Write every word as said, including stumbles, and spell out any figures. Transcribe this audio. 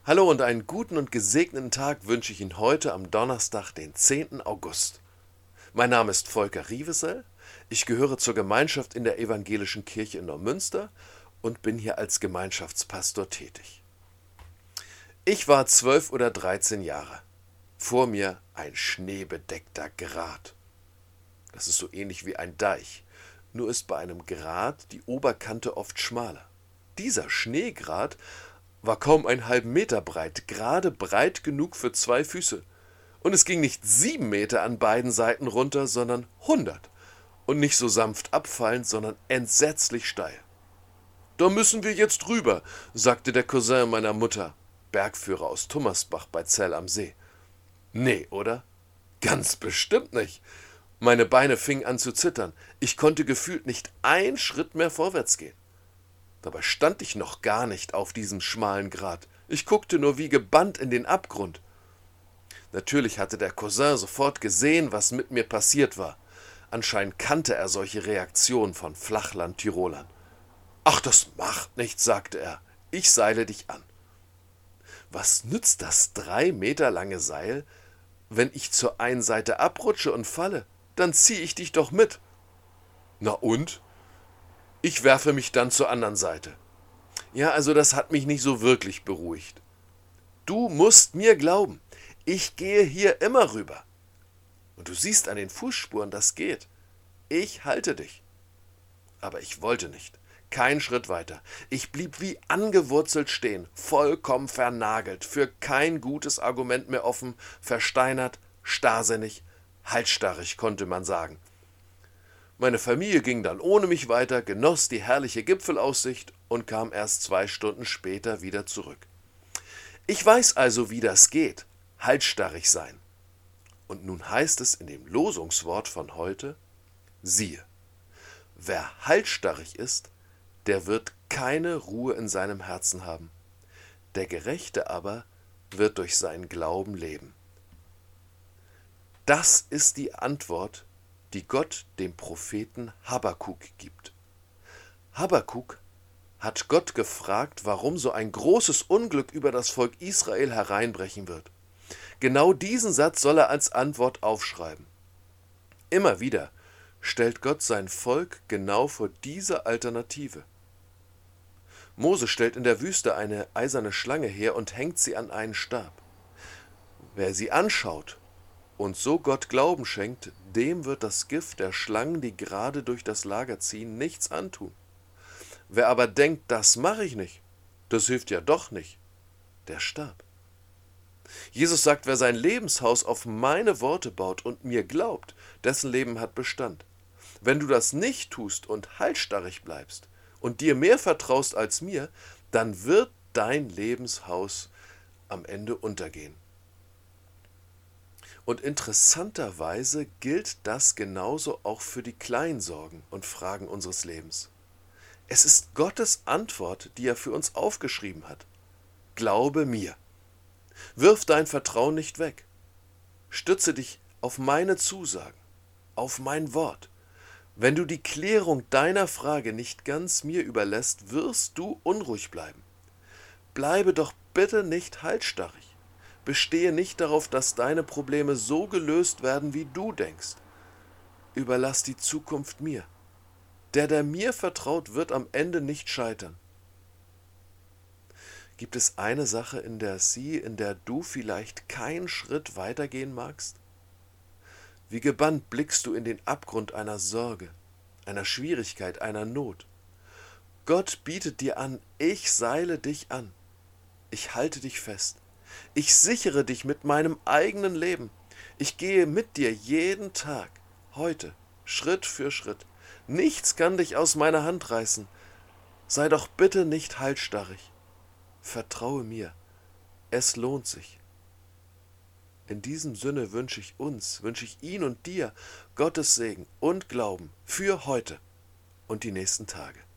Hallo und einen guten und gesegneten Tag wünsche ich Ihnen heute am Donnerstag, den zehnten August. Mein Name ist Volker Rievesel, ich gehöre zur Gemeinschaft in der Evangelischen Kirche in Neumünster und bin hier als Gemeinschaftspastor tätig. Ich war zwölf oder dreizehn Jahre. Vor mir ein schneebedeckter Grat. Das ist so ähnlich wie ein Deich, nur ist bei einem Grat die Oberkante oft schmaler. Dieser Schneegrat war kaum einen halben Meter breit, gerade breit genug für zwei Füße. Und es ging nicht sieben Meter an beiden Seiten runter, sondern hundert. Und nicht so sanft abfallend, sondern entsetzlich steil. »Da müssen wir jetzt rüber«, sagte der Cousin meiner Mutter, Bergführer aus Tummersbach bei Zell am See. »Nee, oder?« »Ganz bestimmt nicht.« Meine Beine fingen an zu zittern. Ich konnte gefühlt nicht einen Schritt mehr vorwärts gehen. Dabei stand ich noch gar nicht auf diesem schmalen Grat. Ich guckte nur wie gebannt in den Abgrund. Natürlich hatte der Cousin sofort gesehen, was mit mir passiert war. Anscheinend kannte er solche Reaktionen von Flachland-Tirolern. »Ach, das macht nichts«, sagte er. »Ich seile dich an.« Was nützt das drei Meter lange Seil, wenn ich zur einen Seite abrutsche und falle? Dann ziehe ich dich doch mit. Na und? Ich werfe mich dann zur anderen Seite. Ja, also das hat mich nicht so wirklich beruhigt. Du musst mir glauben, ich gehe hier immer rüber. Und du siehst an den Fußspuren, das geht. Ich halte dich. Aber ich wollte nicht. Kein Schritt weiter. Ich blieb wie angewurzelt stehen, vollkommen vernagelt, für kein gutes Argument mehr offen, versteinert, starrsinnig, halsstarrig, konnte man sagen. Meine Familie ging dann ohne mich weiter, genoss die herrliche Gipfelaussicht und kam erst zwei Stunden später wieder zurück. Ich weiß also, wie das geht, halsstarrig sein. Und nun heißt es in dem Losungswort von heute, siehe, wer halsstarrig ist, der wird keine Ruhe in seinem Herzen haben. Der Gerechte aber wird durch seinen Glauben leben. Das ist die Antwort, die Gott dem Propheten Habakuk gibt. Habakuk hat Gott gefragt, warum so ein großes Unglück über das Volk Israel hereinbrechen wird. Genau diesen Satz soll er als Antwort aufschreiben. Immer wieder stellt Gott sein Volk genau vor diese Alternative. Mose stellt in der Wüste eine eiserne Schlange her und hängt sie an einen Stab. Wer sie anschaut und so Gott Glauben schenkt, dem wird das Gift der Schlangen, die gerade durch das Lager ziehen, nichts antun. Wer aber denkt, das mache ich nicht, das hilft ja doch nicht, der starb. Jesus sagt, wer sein Lebenshaus auf meine Worte baut und mir glaubt, dessen Leben hat Bestand. Wenn du das nicht tust und halsstarrig bleibst und dir mehr vertraust als mir, dann wird dein Lebenshaus am Ende untergehen. Und interessanterweise gilt das genauso auch für die kleinen Sorgen und Fragen unseres Lebens. Es ist Gottes Antwort, die er für uns aufgeschrieben hat. Glaube mir. Wirf dein Vertrauen nicht weg. Stütze dich auf meine Zusagen, auf mein Wort. Wenn du die Klärung deiner Frage nicht ganz mir überlässt, wirst du unruhig bleiben. Bleibe doch bitte nicht halsstarrig. Bestehe nicht darauf, dass deine Probleme so gelöst werden, wie du denkst. Überlass die Zukunft mir. Der, der mir vertraut, wird am Ende nicht scheitern. Gibt es eine Sache, in der Sie, in der du vielleicht keinen Schritt weitergehen magst? Wie gebannt blickst du in den Abgrund einer Sorge, einer Schwierigkeit, einer Not. Gott bietet dir an, ich seile dich an. Ich halte dich fest. Ich sichere dich mit meinem eigenen Leben. Ich gehe mit dir jeden Tag, heute, Schritt für Schritt. Nichts kann dich aus meiner Hand reißen. Sei doch bitte nicht halsstarrig. Vertraue mir. Es lohnt sich. In diesem Sinne wünsche ich uns, wünsche ich Ihnen und dir Gottes Segen und Glauben für heute und die nächsten Tage.